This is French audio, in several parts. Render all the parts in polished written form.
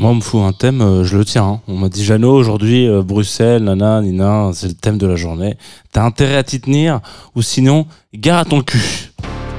Moi, on me fout un thème, je le tiens. Hein. On m'a dit, Jeannot, aujourd'hui, Bruxelles, nana, nina, c'est le thème de la journée. T'as intérêt à t'y tenir, ou sinon, gare à ton cul.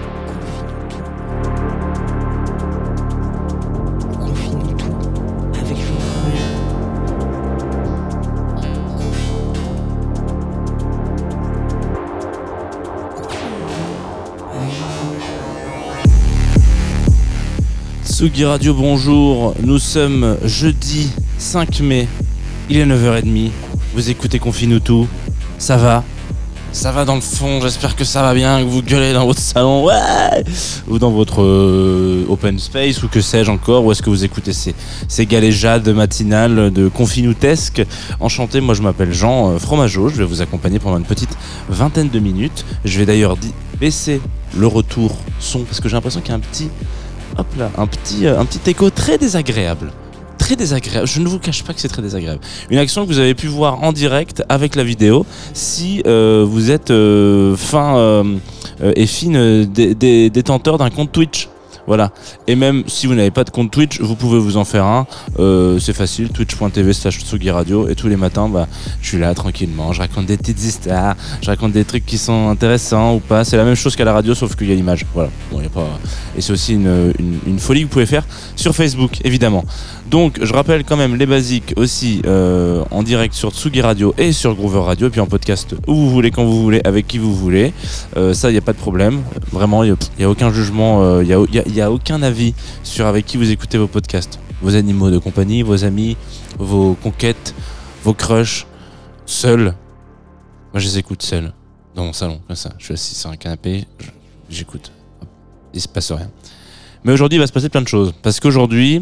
Tsugi Radio, bonjour, nous sommes jeudi 5 mai, il est 9h30, vous écoutez Confine-nous tout, ça va dans le fond, j'espère que ça va bien, que vous gueulez dans votre salon, ouais, ou dans votre open space, ou que sais-je encore, ou est-ce que vous écoutez ces galéjades matinales de Confine-nous-tesque. Enchanté, moi je m'appelle Jean Fromageau, je vais vous accompagner pendant une petite vingtaine de minutes, je vais d'ailleurs baisser le retour son, parce que j'ai l'impression qu'il y a un petit écho très désagréable. Très désagréable. Je ne vous cache pas que c'est très désagréable. Une action que vous avez pu voir en direct avec la vidéo si vous êtes fin et fine détenteur d'un compte Twitch. Voilà. Et même si vous n'avez pas de compte Twitch, vous pouvez vous en faire un. C'est facile, twitch.tv/Tsugi Radio. Et tous les matins, je suis là tranquillement. Je raconte des petites histoires. Je raconte des trucs qui sont intéressants ou pas. C'est la même chose qu'à la radio, sauf qu'il y a l'image. Voilà. Bon, y a pas... Et c'est aussi une folie que vous pouvez faire sur Facebook, évidemment. Donc, je rappelle quand même les basiques aussi en direct sur Tsugi Radio et sur Groover Radio. Et puis en podcast où vous voulez, quand vous voulez, avec qui vous voulez. Ça, il n'y a pas de problème. Vraiment, il n'y a aucun jugement. Il n'y a aucun avis sur avec qui vous écoutez vos podcasts. Vos animaux de compagnie, vos amis, vos conquêtes, vos crushs, seuls. Moi, je les écoute seuls, dans mon salon, comme ça. Je suis assis sur un canapé, j'écoute. Il se passe rien. Mais aujourd'hui, il va se passer plein de choses. Parce qu'aujourd'hui,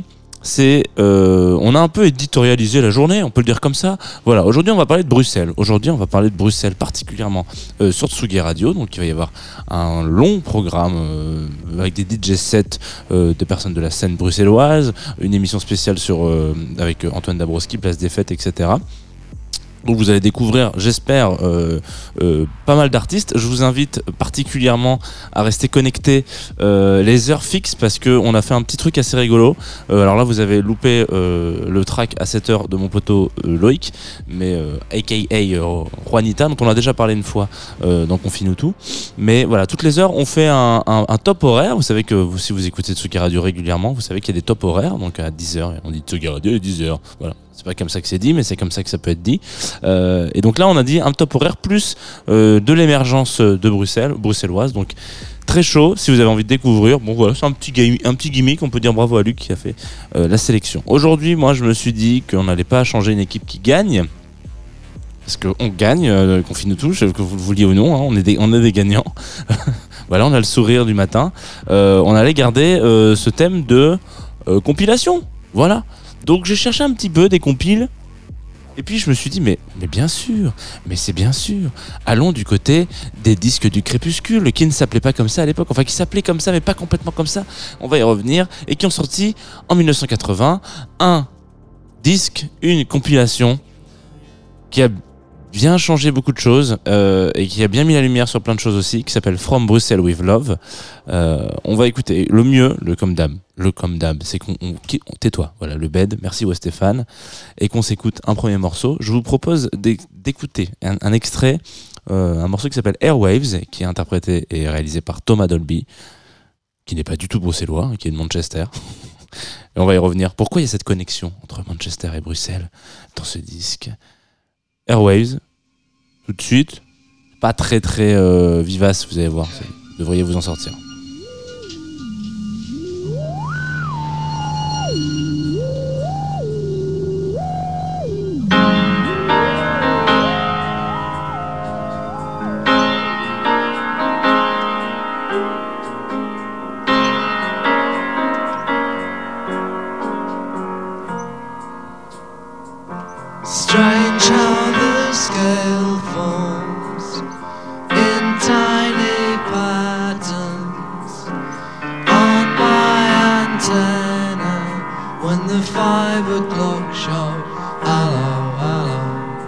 on a un peu éditorialisé la journée, on peut le dire comme ça. Voilà, aujourd'hui on va parler de Bruxelles. Aujourd'hui on va parler de Bruxelles particulièrement sur Tsugi Radio. Donc il va y avoir un long programme avec des DJ sets de personnes de la scène bruxelloise, une émission spéciale avec Antoine Dabrowski, Place des Fêtes, etc. Donc vous allez découvrir, j'espère, pas mal d'artistes. Je vous invite particulièrement à rester connectés les heures fixes parce qu'on a fait un petit truc assez rigolo. Alors là, vous avez loupé le track à 7h de mon poteau Loïc, mais a.k.a. Juanita, dont on a déjà parlé une fois dans Confine-nous tout. Mais voilà, toutes les heures, on fait un top horaire. Vous savez que si vous écoutez Tsugi Radio régulièrement, vous savez qu'il y a des top horaires. Donc à 10h, on dit Tsugi Radio à 10h. Voilà. C'est pas comme ça que c'est dit, mais c'est comme ça que ça peut être dit. Et donc là, on a dit un top horaire plus de l'émergence de bruxelloise. Donc très chaud, si vous avez envie de découvrir. Bon voilà, c'est un petit gimmick, on peut dire bravo à Luc qui a fait la sélection. Aujourd'hui, moi, je me suis dit qu'on n'allait pas changer une équipe qui gagne. Parce qu'on gagne, Confine-nous tout, que vous le vouliez ou non, hein, on est des gagnants. Voilà, on a le sourire du matin. On allait garder ce thème de compilation. Voilà. Donc j'ai cherché un petit peu des compiles et puis je me suis dit mais bien sûr, mais c'est bien sûr. Allons du côté des disques du crépuscule qui ne s'appelaient pas comme ça à l'époque, enfin qui s'appelaient comme ça mais pas complètement comme ça. On va y revenir et qui ont sorti en 1980 un disque, une compilation qui a bien changé beaucoup de choses et qui a bien mis la lumière sur plein de choses aussi, qui s'appelle From Brussels with Love. On va écouter le mieux, le comme d'hab, c'est qu'on tais-toi, voilà, le bed, merci Stéphane, et qu'on s'écoute un premier morceau. Je vous propose d'écouter un extrait, un morceau qui s'appelle Airwaves, qui est interprété et réalisé par Thomas Dolby, qui n'est pas du tout bruxellois, qui est de Manchester. Et on va y revenir. Pourquoi il y a cette connexion entre Manchester et Bruxelles dans ce disque? Airwaves, tout de suite, pas très vivace, vous allez voir, vous devriez vous en sortir. Strange how the scale falls in tiny patterns on my antenna when the 5 o'clock show. Hello, hello.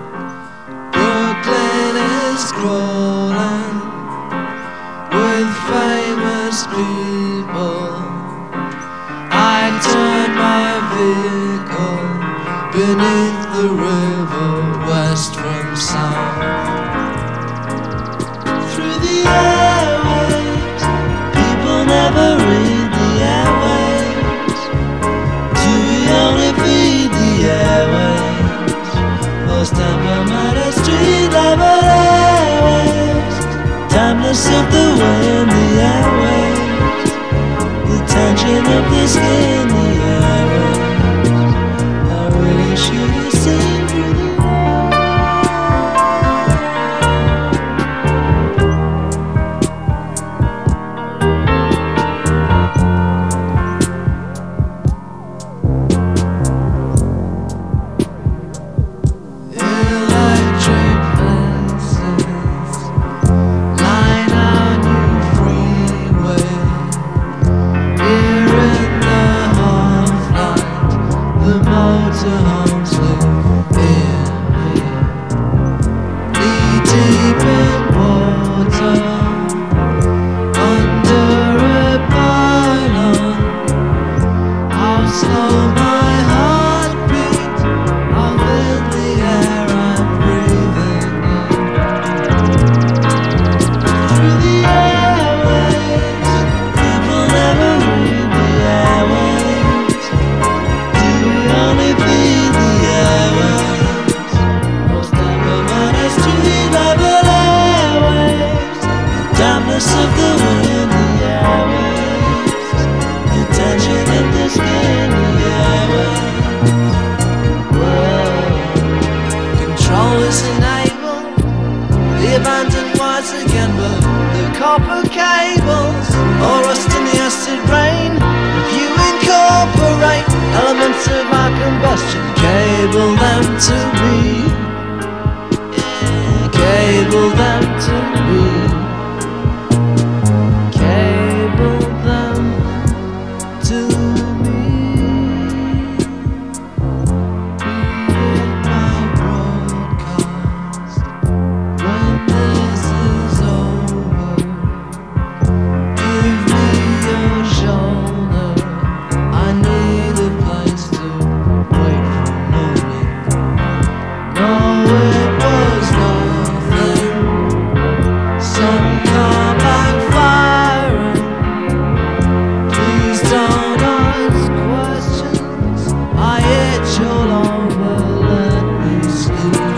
Brooklyn is crawling with famous people. I turn my vehicle beneath the river, west from south. Through the airwaves, people never read the airwaves. Do we only feed the airwaves? First temperament is street level airwaves. Timeless of the wind, the airwaves. The tension of the skin, the airwaves. How really should you sing through the electric fences line our new freeway. Here in the half-light, the motorhomes live in. Knee deep in water, under a pylon. How slow my heart beats, how thin the air I'm breathing in. Through the airwaves, people never read the airwaves. Do we only feed the airwaves? Most never manage to level airwaves. The dampness of the wind, the airwaves. The tension in the skin, the airwaves. Whoa. Control is enabled. The abandoned once again, but the copper cables all rust in the acid rain. If you incorporate elements of our combustion, cable them to me. Yeah, cable them to me. Cable them to me. Read my broadcast when this is over. Give me your shoulder. I need a place to wait for a moment. No, it was nothing. Some car backfiring. Please don't ask questions. I itch all over. Let me sleep.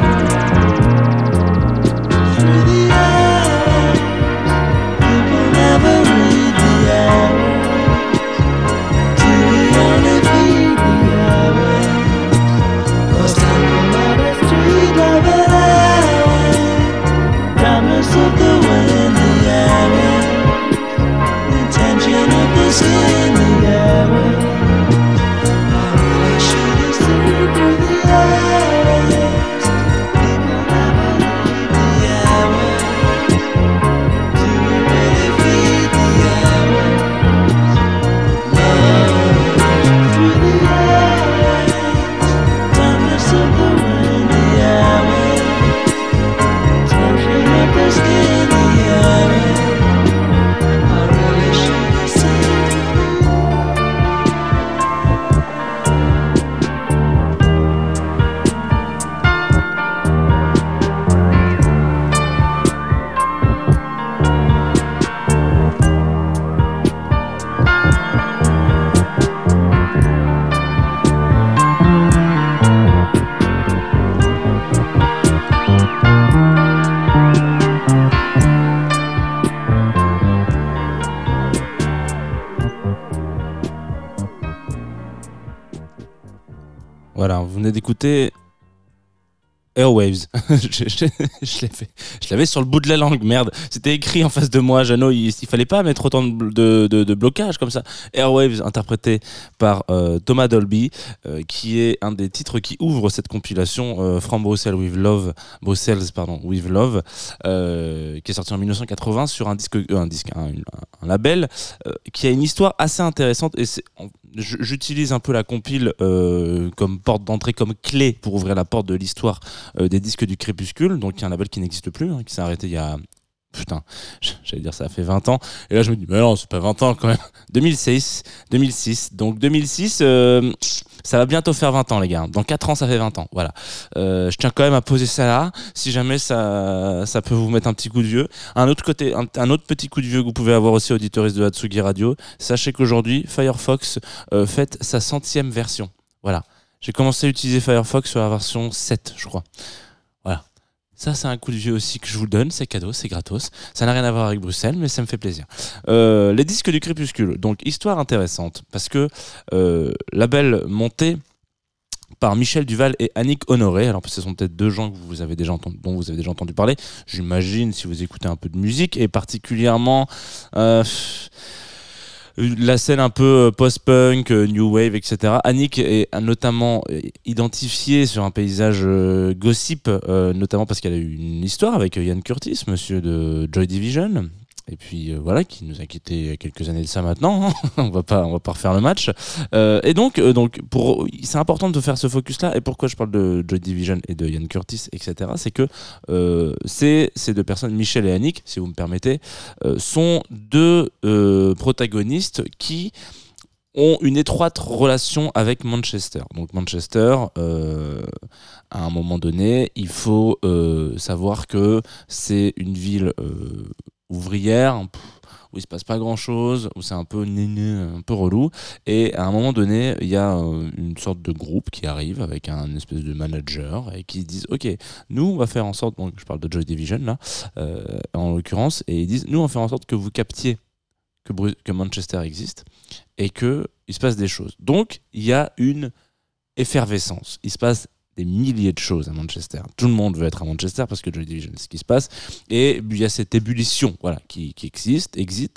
Through the airwaves, people never read the airwaves. Do we only feed the airwaves? Lost temperament is street level airwaves. Dampness of the wind, the airwaves. The tension of the skin, the airwaves. How really should you see through the airwaves? People never read the airwaves. Do we really feed the airwaves? No. Through the airwaves. Dampness of the wind, the airwaves. Tension of the skin, the airwaves. How really should you see through the Voilà, vous venez d'écouter Airwaves. Je l'avais sur le bout de la langue, merde. C'était écrit en face de moi, Jeannot. Il fallait pas mettre autant de blocage comme ça. Airwaves, interprété par Thomas Dolby, qui est un des titres qui ouvre cette compilation From Brussels with Love, with Love, qui est sorti en 1980 sur un label qui a une histoire assez intéressante. Et j'utilise un peu la compile comme porte d'entrée, comme clé pour ouvrir la porte de l'histoire des disques du Crépuscule, donc il y a un label qui n'existe plus, qui s'est arrêté il y a Putain, j'allais dire ça a fait 20 ans. Et là, je me dis, mais non, c'est pas 20 ans quand même. 2006. Donc 2006, ça va bientôt faire 20 ans, les gars. Dans 4 ans, ça fait 20 ans. Voilà. Je tiens quand même à poser ça là. Si jamais ça peut vous mettre un petit coup de vieux. Un autre petit coup de vieux que vous pouvez avoir aussi, auditeuriste de Hatsugi Radio. Sachez qu'aujourd'hui, Firefox fête sa 100e version. Voilà. J'ai commencé à utiliser Firefox sur la version 7, je crois. Voilà. Ça, c'est un coup de vieux aussi que je vous donne, c'est cadeau, c'est gratos. Ça n'a rien à voir avec Bruxelles, mais ça me fait plaisir. Les disques du crépuscule, donc histoire intéressante, parce que label monté par Michel Duval et Annick Honoré. Alors, ce sont peut-être deux gens dont vous avez déjà entendu parler, j'imagine, si vous écoutez un peu de musique, et particulièrement... la scène un peu post-punk, new wave, etc. Annick est notamment identifiée sur un paysage gossip, notamment parce qu'elle a eu une histoire avec Ian Curtis, monsieur de Joy Division. Et puis voilà, qui nous a quittés il y a quelques années de ça maintenant. Hein. on va pas refaire le match. Et donc c'est important de faire ce focus-là. Et pourquoi je parle de Joy Division et de Ian Curtis, etc. C'est que ces deux personnes, Michel et Annick, si vous me permettez, sont deux protagonistes qui ont une étroite relation avec Manchester. Donc Manchester, à un moment donné, il faut savoir que c'est une ville ouvrière, où il se passe pas grand chose, où c'est un peu relou, et à un moment donné il y a une sorte de groupe qui arrive avec un espèce de manager et qui disent ok, nous on va faire en sorte, donc je parle de Joy Division là en l'occurrence, et ils disent nous on va faire en sorte que vous captiez que Manchester existe et que il se passe des choses. Donc il y a une effervescence, il se passe des milliers de choses à Manchester. Tout le monde veut être à Manchester parce que Joy Division, c'est ce qui se passe. Et il y a cette ébullition, voilà, qui existe,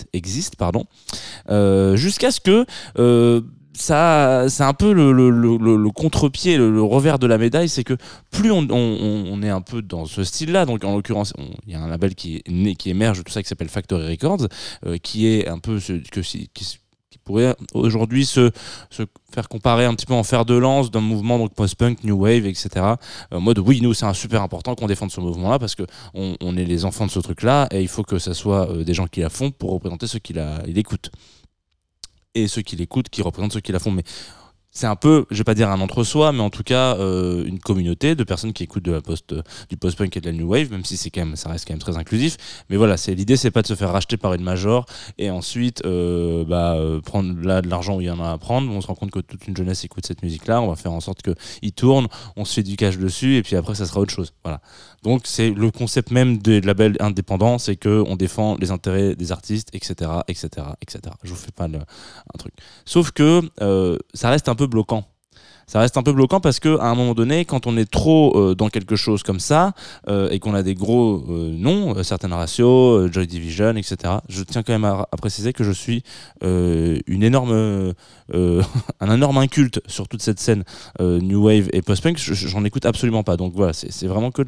jusqu'à ce que ça, c'est un peu le contre-pied, le revers de la médaille, c'est que plus on est un peu dans ce style-là, donc en l'occurrence, il y a un label qui émerge de tout ça qui s'appelle Factory Records, qui est un peu qui pourrait aujourd'hui se faire comparer un petit peu en fer de lance d'un mouvement donc post-punk, new wave, etc. En mode oui, nous c'est super important qu'on défende ce mouvement-là parce que on est les enfants de ce truc-là et il faut que ça soit des gens qui la font pour représenter ceux qui l'écoutent. Et ceux qui l'écoutent qui représentent ceux qui la font. Mais c'est un peu, je vais pas dire un entre-soi, mais en tout cas une communauté de personnes qui écoutent du post-punk et de la new wave, même si ça reste quand même très inclusif. Mais voilà, l'idée, c'est pas de se faire racheter par une major et ensuite prendre là de l'argent où il y en a à prendre. On se rend compte que toute une jeunesse écoute cette musique-là, on va faire en sorte qu'il tourne, on se fait du cash dessus et puis après ça sera autre chose. Voilà. Donc c'est le concept même des labels indépendants, c'est que on défend les intérêts des artistes, etc., etc., etc. Je vous fais pas un truc. Sauf que ça reste un peu bloquant. Ça reste un peu bloquant parce que à un moment donné, quand on est trop dans quelque chose comme ça et qu'on a des gros noms, certaines ratios, Joy Division, etc. Je tiens quand même à préciser que je suis un énorme inculte sur toute cette scène new wave et post-punk. J'en écoute absolument pas. Donc voilà, c'est vraiment que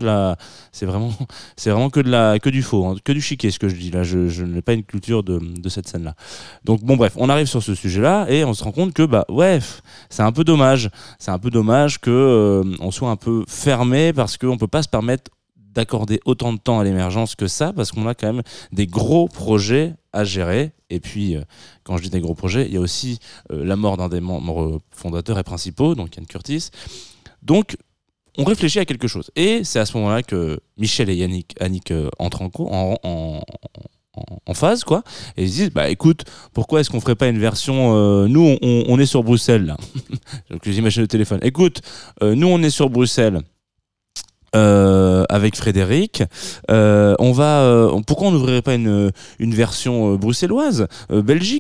que du faux, hein, que du chiquet ce que je dis là. Je n'ai pas une culture de cette scène là. Donc bon bref, on arrive sur ce sujet là et on se rend compte que c'est un peu dommage. C'est un peu dommage qu'on soit un peu fermé parce qu'on ne peut pas se permettre d'accorder autant de temps à l'émergence que ça parce qu'on a quand même des gros projets à gérer. Et puis, quand je dis des gros projets, il y a aussi la mort d'un des membres fondateurs et principaux, donc Ian Curtis. Donc, on réfléchit à quelque chose. Et c'est à ce moment-là que Michel et Annick entrent en phase, quoi, et ils se disent écoute, pourquoi est-ce qu'on ferait pas une version nous on est sur Bruxelles là. Donc les images de téléphone, écoute, nous on est sur Bruxelles avec Frédéric, pourquoi on n'ouvrirait pas une version bruxelloise, belge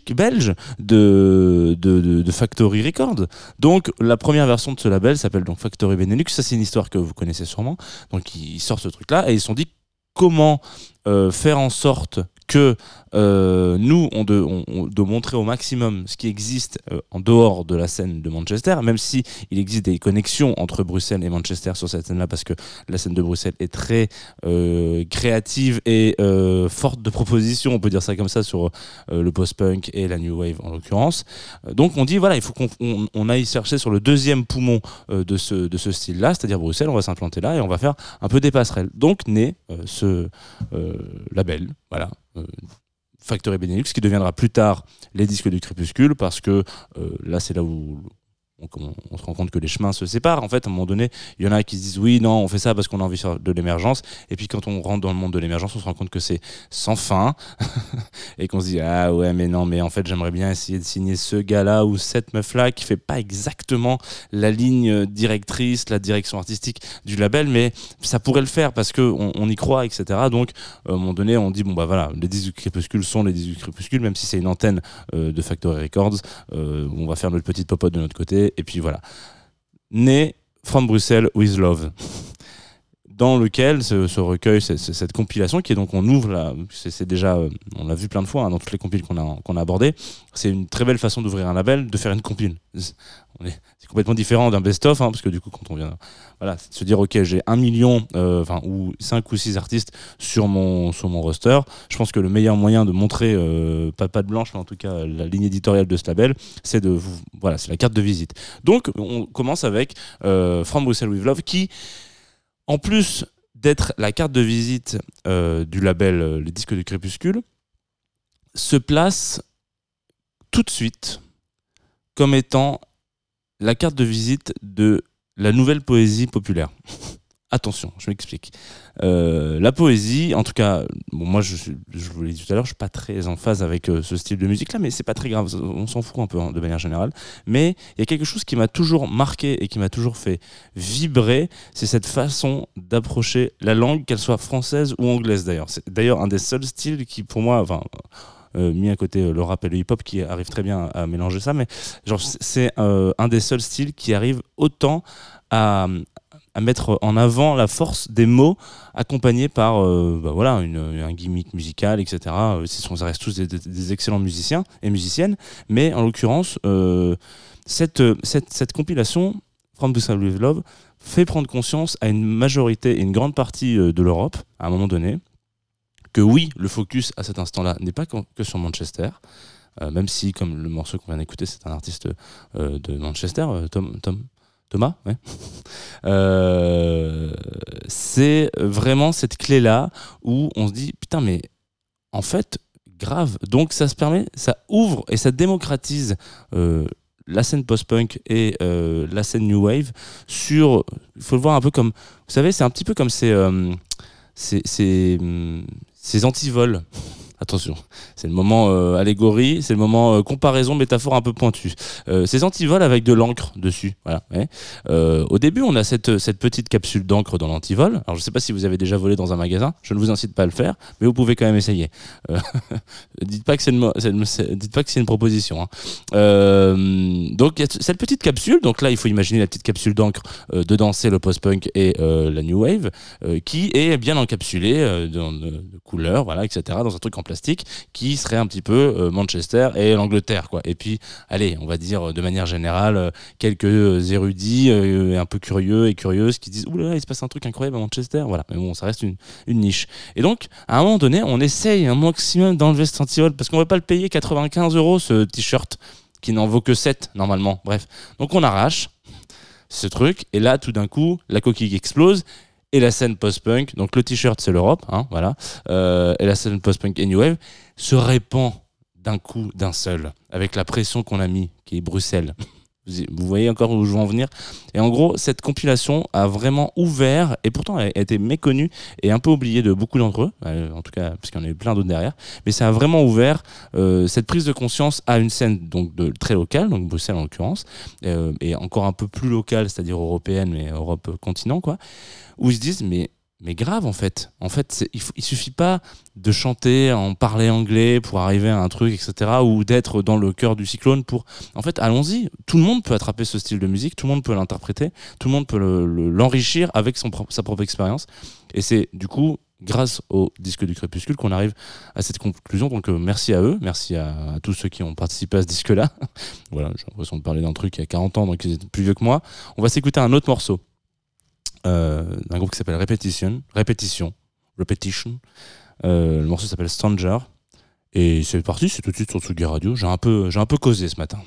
de Factory Records. Donc la première version de ce label s'appelle donc Factory Benelux. Ça c'est une histoire que vous connaissez sûrement. Donc ils sortent ce truc là et ils se sont dit comment faire en sorte que nous, on doit montrer au maximum ce qui existe en dehors de la scène de Manchester, même si il existe des connexions entre Bruxelles et Manchester sur cette scène-là, parce que la scène de Bruxelles est très créative et forte de propositions, on peut dire ça comme ça, sur le post-punk et la new wave en l'occurrence. Donc on dit, voilà, il faut qu'on aille chercher sur le deuxième poumon de ce style-là, c'est-à-dire Bruxelles, on va s'implanter là et on va faire un peu des passerelles. Donc naît ce label, voilà, Factory Benelux, qui deviendra plus tard les disques du Crépuscule, parce que là c'est là où on se rend compte que les chemins se séparent. En fait, à un moment donné, il y en a qui se disent oui, non, on fait ça parce qu'on a envie de faire de l'émergence, et puis quand on rentre dans le monde de l'émergence, on se rend compte que c'est sans fin et qu'on se dit ah ouais, mais non, mais en fait j'aimerais bien essayer de signer ce gars-là ou cette meuf-là qui fait pas exactement la ligne directrice, la direction artistique du label, mais ça pourrait le faire parce que on y croit, etc. Donc à un moment donné, on dit bon bah voilà, les disques du Crépuscule sont les disques du Crépuscule, même si c'est une antenne de Factory Records, on va faire notre petite popote de notre côté. Et puis voilà, né From Brussels with Love, dans lequel ce recueil, cette compilation qui est donc, on ouvre là, c'est déjà, on l'a vu plein de fois dans toutes les compiles qu'on a abordées, c'est une très belle façon d'ouvrir un label, de faire une compile. C'est complètement différent d'un best-of, parce que du coup quand on vient, voilà, c'est de se dire ok, j'ai 1 million, ou 5 ou 6 artistes sur mon roster. Je pense que le meilleur moyen de montrer, pas de blanche, mais en tout cas la ligne éditoriale de ce label, c'est c'est la carte de visite. Donc on commence avec From Brussels with Love, qui, en plus d'être la carte de visite du label Les Disques du Crépuscule, se place tout de suite comme étant la carte de visite de la nouvelle poésie populaire. Attention, je m'explique. La poésie, en tout cas, bon, moi je vous l'ai dit tout à l'heure, je suis pas très en phase avec ce style de musique là, mais c'est pas très grave, on s'en fout un peu de manière générale. Mais il y a quelque chose qui m'a toujours marqué et qui m'a toujours fait vibrer, c'est cette façon d'approcher la langue, qu'elle soit française ou anglaise d'ailleurs. C'est d'ailleurs un des seuls styles qui, pour moi, mis à côté le rap et le hip-hop, qui arrive très bien à mélanger ça, mais genre c'est un des seuls styles qui arrive autant à mettre en avant la force des mots accompagnés par un gimmick musical, etc. Ça reste tous des excellents musiciens et musiciennes, mais en l'occurrence cette compilation From Brussels with Love fait prendre conscience à une majorité et une grande partie de l'Europe à un moment donné que oui, le focus à cet instant-là n'est pas que sur Manchester, même si, comme le morceau qu'on vient d'écouter, c'est un artiste de Manchester, Thomas, ouais. C'est vraiment cette clé-là où on se dit putain, mais en fait, grave. Donc ça ouvre et ça démocratise la scène post-punk et la scène new wave il faut le voir un peu comme, vous savez, c'est un petit peu comme ces antivols. Attention, c'est le moment allégorie, c'est le moment comparaison, métaphore un peu pointue. Ces antivols avec de l'encre dessus. Voilà, ouais. Au début, on a cette petite capsule d'encre dans l'antivol. Alors, je ne sais pas si vous avez déjà volé dans un magasin, je ne vous incite pas à le faire, mais vous pouvez quand même essayer. Dites pas que c'est une proposition. Donc, il y a cette petite capsule. Donc là, il faut imaginer la petite capsule d'encre dedans, c'est le post-punk et la new wave, qui est bien encapsulée de couleurs, voilà, etc., dans un truc en plastique qui serait un petit peu Manchester et l'Angleterre, quoi. Et puis, allez, on va dire de manière générale, quelques érudits un peu curieux et curieuses qui disent oulala, il se passe un truc incroyable à Manchester, voilà. Mais bon, ça reste une niche. Et donc, à un moment donné, on essaye un maximum d'enlever cet antivol parce qu'on ne va pas le payer 95 € ce t-shirt qui n'en vaut que 7 normalement. Bref, donc on arrache ce truc et là, tout d'un coup, la coquille explose. Et la scène post-punk, donc le t-shirt c'est l'Europe, voilà, et la scène post-punk et new wave se répand d'un coup, d'un seul, avec la pression qu'on a mis, qui est Bruxelles. Vous voyez encore où je veux en venir. Et en gros, cette compilation a vraiment ouvert, et pourtant elle a été méconnue et un peu oubliée de beaucoup d'entre eux, en tout cas parce qu'il y en a eu plein d'autres derrière, mais ça a vraiment ouvert cette prise de conscience à une scène donc très locale, donc Bruxelles en l'occurrence, et encore un peu plus locale, c'est-à-dire européenne, mais Europe continent, quoi, où ils se disent mais grave en fait il suffit pas de chanter en parler anglais pour arriver à un truc, etc., ou d'être dans le cœur du cyclone pour, en fait, allons-y, tout le monde peut attraper ce style de musique, tout le monde peut l'interpréter, tout le monde peut l'enrichir avec sa propre expérience. Et c'est du coup grâce au disque du Crépuscule qu'on arrive à cette conclusion. Donc merci à eux, merci à tous ceux qui ont participé à ce disque-là. Voilà, j'ai l'impression de parler d'un truc il y a 40 ans, donc ils étaient plus vieux que moi. On va s'écouter un autre morceau d'un groupe qui s'appelle Repetition. Le morceau s'appelle Stranger. Et c'est parti, c'est tout de suite sur Tsugi Radio. J'ai un peu causé ce matin.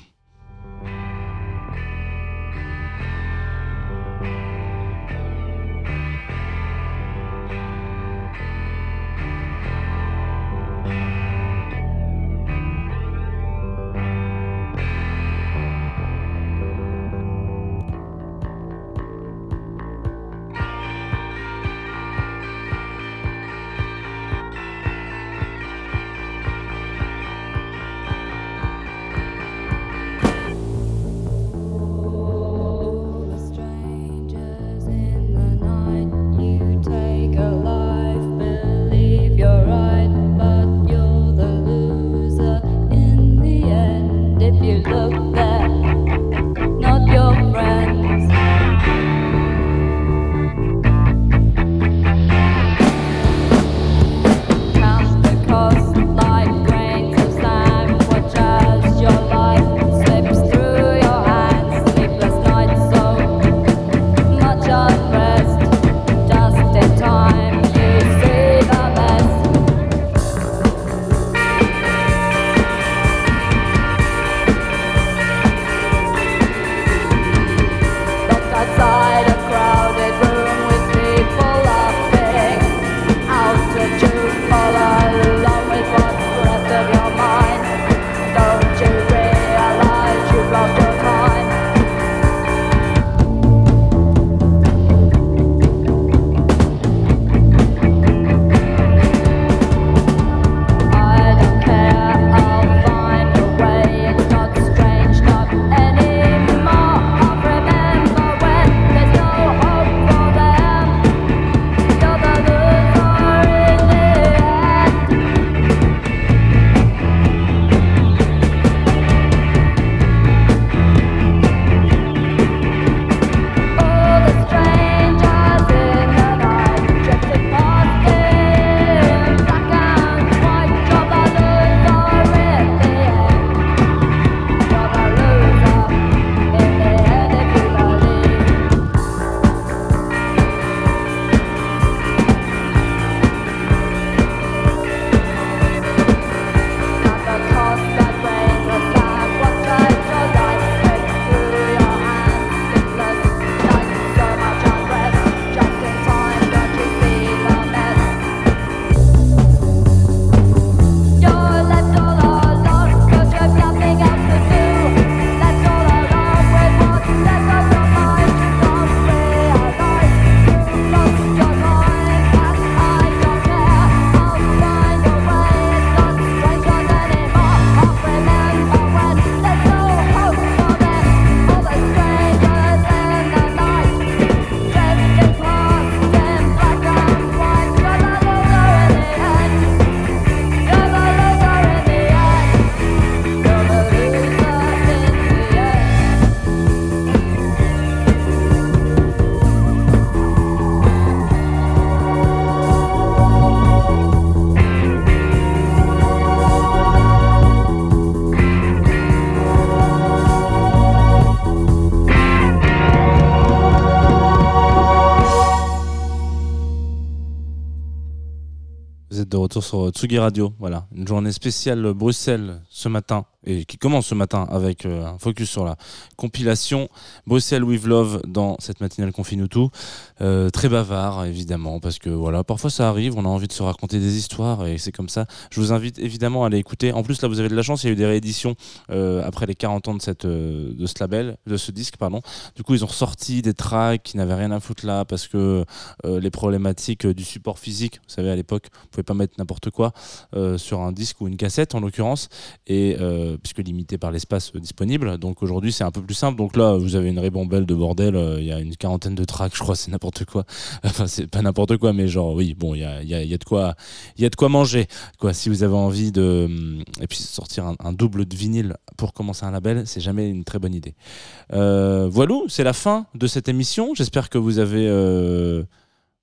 Vous êtes de retour sur Tsugi Radio. Voilà, une journée spéciale Bruxelles ce matin et qui commence ce matin avec un focus sur la compilation Bruxelles with Love dans cette matinale Confine tout. Très bavard évidemment parce que voilà, parfois ça arrive, on a envie de se raconter des histoires et c'est comme ça. Je vous invite évidemment à aller écouter. En plus là vous avez de la chance, il y a eu des rééditions après les 40 ans de ce label, de ce disque pardon. Du coup ils ont ressorti des tracks qui n'avaient rien à foutre là parce que les problématiques du support physique, vous savez à l'époque vous pouvez pas mettre n'importe quoi sur un disque ou une cassette en l'occurrence et puisque limité par l'espace disponible. Donc aujourd'hui c'est un peu plus simple. Donc là vous avez une ribambelle de bordel, il y a une quarantaine de tracks, je crois, c'est n'importe quoi. Enfin c'est pas n'importe quoi mais genre oui bon il y a de quoi manger quoi. Si vous avez envie de et puis sortir un double de vinyle pour commencer un label, c'est jamais une très bonne idée. Voilà, c'est la fin de cette émission. J'espère que vous avez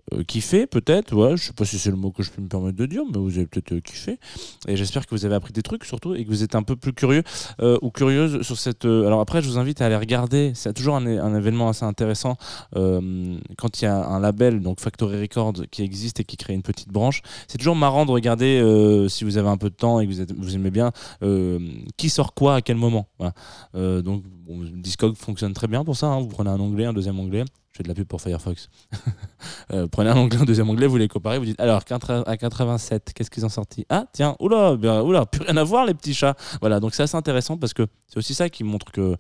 kiffé peut-être, ouais, je sais pas si c'est le mot que je peux me permettre de dire, mais vous avez peut-être kiffé, et j'espère que vous avez appris des trucs surtout, et que vous êtes un peu plus curieux ou curieuse sur cette... alors après, je vous invite à aller regarder, c'est toujours un événement assez intéressant quand il y a un label, donc Factory Records, qui existe et qui crée une petite branche. C'est toujours marrant de regarder, si vous avez un peu de temps et que vous aimez bien, qui sort quoi à quel moment. Voilà. Donc bon, Discog fonctionne très bien pour ça, hein. Vous prenez un onglet, un deuxième onglet. Je fais de la pub pour Firefox. Prenez un onglet, un deuxième onglet, vous les comparez, vous dites alors à 87, qu'est-ce qu'ils ont sorti? Ah tiens, oula, plus rien à voir les petits chats. Voilà, donc c'est assez intéressant parce que c'est aussi ça qui montre que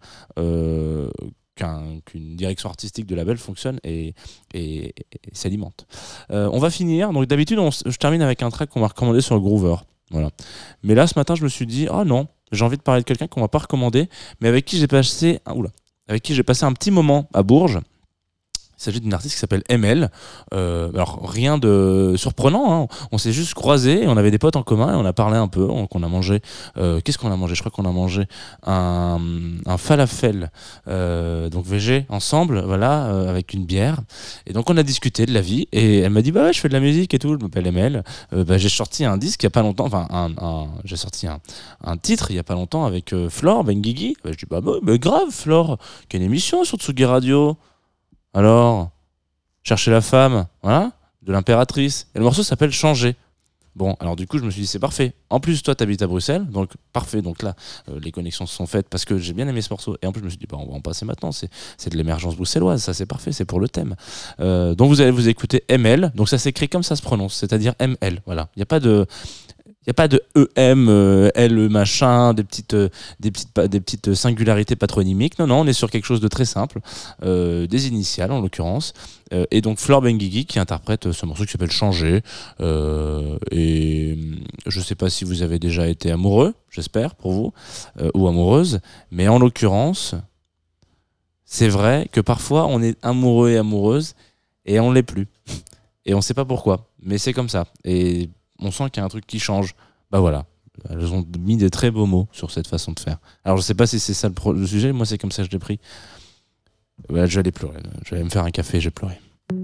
qu'une direction artistique de label fonctionne et s'alimente. On va finir, donc d'habitude je termine avec un track qu'on m'a recommandé sur le Groover. Voilà. Mais là ce matin je me suis dit oh non, j'ai envie de parler de quelqu'un qu'on m'a pas recommandé, mais avec qui j'ai passé un petit moment à Bourges. Il s'agit d'une artiste qui s'appelle ML. Alors rien de surprenant, hein. On s'est juste croisés, on avait des potes en commun et on a parlé un peu. On a mangé. Qu'est-ce qu'on a mangé? Je crois qu'on a mangé un falafel, donc végé ensemble, voilà, avec une bière. Et donc on a discuté de la vie et elle m'a dit bah ouais, je fais de la musique et tout. Je m'appelle ML. J'ai sorti un disque il y a pas longtemps. Enfin j'ai sorti un titre il y a pas longtemps avec Flore Benguigui. Je dis bah grave Flore, quelle émission sur Tsugi Radio. Alors, chercher la femme, voilà, de l'impératrice. Et le morceau s'appelle Changer. Bon, alors du coup, je me suis dit, c'est parfait. En plus, toi, t'habites à Bruxelles, donc parfait. Donc là, les connexions se sont faites parce que j'ai bien aimé ce morceau. Et en plus, je me suis dit, bah, on va en passer maintenant. C'est de l'émergence bruxelloise, ça c'est parfait, c'est pour le thème. Donc vous allez vous écouter ML. Donc ça s'écrit comme ça se prononce, c'est-à-dire ML. Voilà, il n'y a pas de... Il n'y a pas de EM, L machin, des petites singularités patronymiques. Non, on est sur quelque chose de très simple, des initiales en l'occurrence. Et donc Flore Benguigui qui interprète ce morceau qui s'appelle Changer. Et je ne sais pas si vous avez déjà été amoureux, j'espère pour vous, ou amoureuse. Mais en l'occurrence, c'est vrai que parfois on est amoureux et amoureuse et on ne l'est plus. Et on ne sait pas pourquoi, mais c'est comme ça. Et on sent qu'il y a un truc qui change. Bah voilà, elles ont mis des très beaux mots sur cette façon de faire. Alors je sais pas si c'est ça le sujet, moi c'est comme ça que je l'ai pris. Ouais, je vais aller pleurer, je vais me faire un café, j'ai pleuré.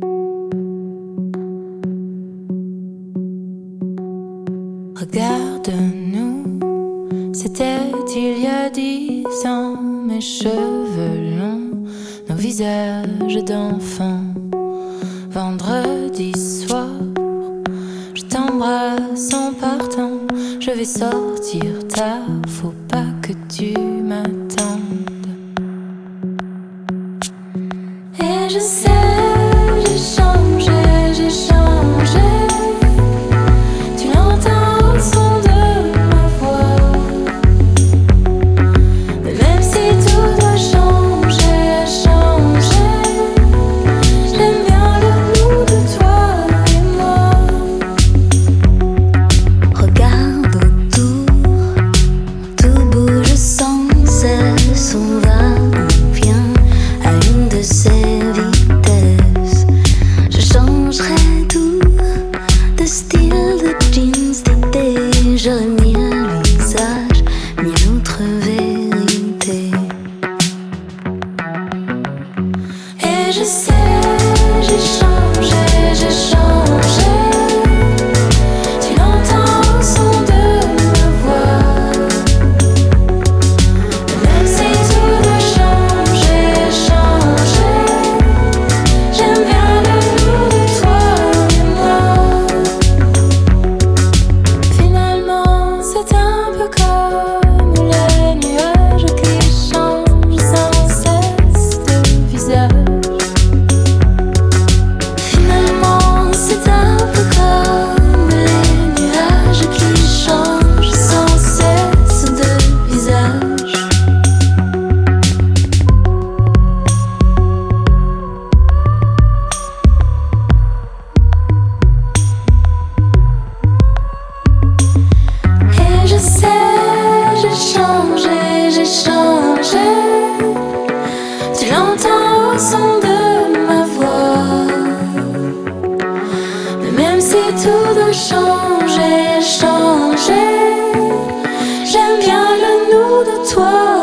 Regarde-nous, c'était il y a 10 ans, mes cheveux longs, nos visages d'enfants. Vendredi soir, je t'embrasse en partant, je vais sortir tard, faut pas que tu m'attendes. Et je sais, j'ai changé, tu l'entends au son de ma voix. Mais même si tout doit changer, j'aime bien le nous de toi et moi. Regarde autour, tout bouge sans cesse, on va ou vient à une de ces vitesses. Je changerai tout de style, de jeans, d'idée. J'aurais mis un visage, mis l'autre vérité. Et je sais, j'ai changé, tu l'entends au son de ma voix. Même si tout doit changer, j'aime bien le nous de toi et moi. Finalement, c'est un peu comme les nuages qui changent sans cesse de visage. Finalement, c'est un peu comme les nuages qui changent sans cesse de visage. Et je sais, j'ai changé, tu l'entends au son de ma voix. Mais même si tout doit changer, j'aime bien le nous de toi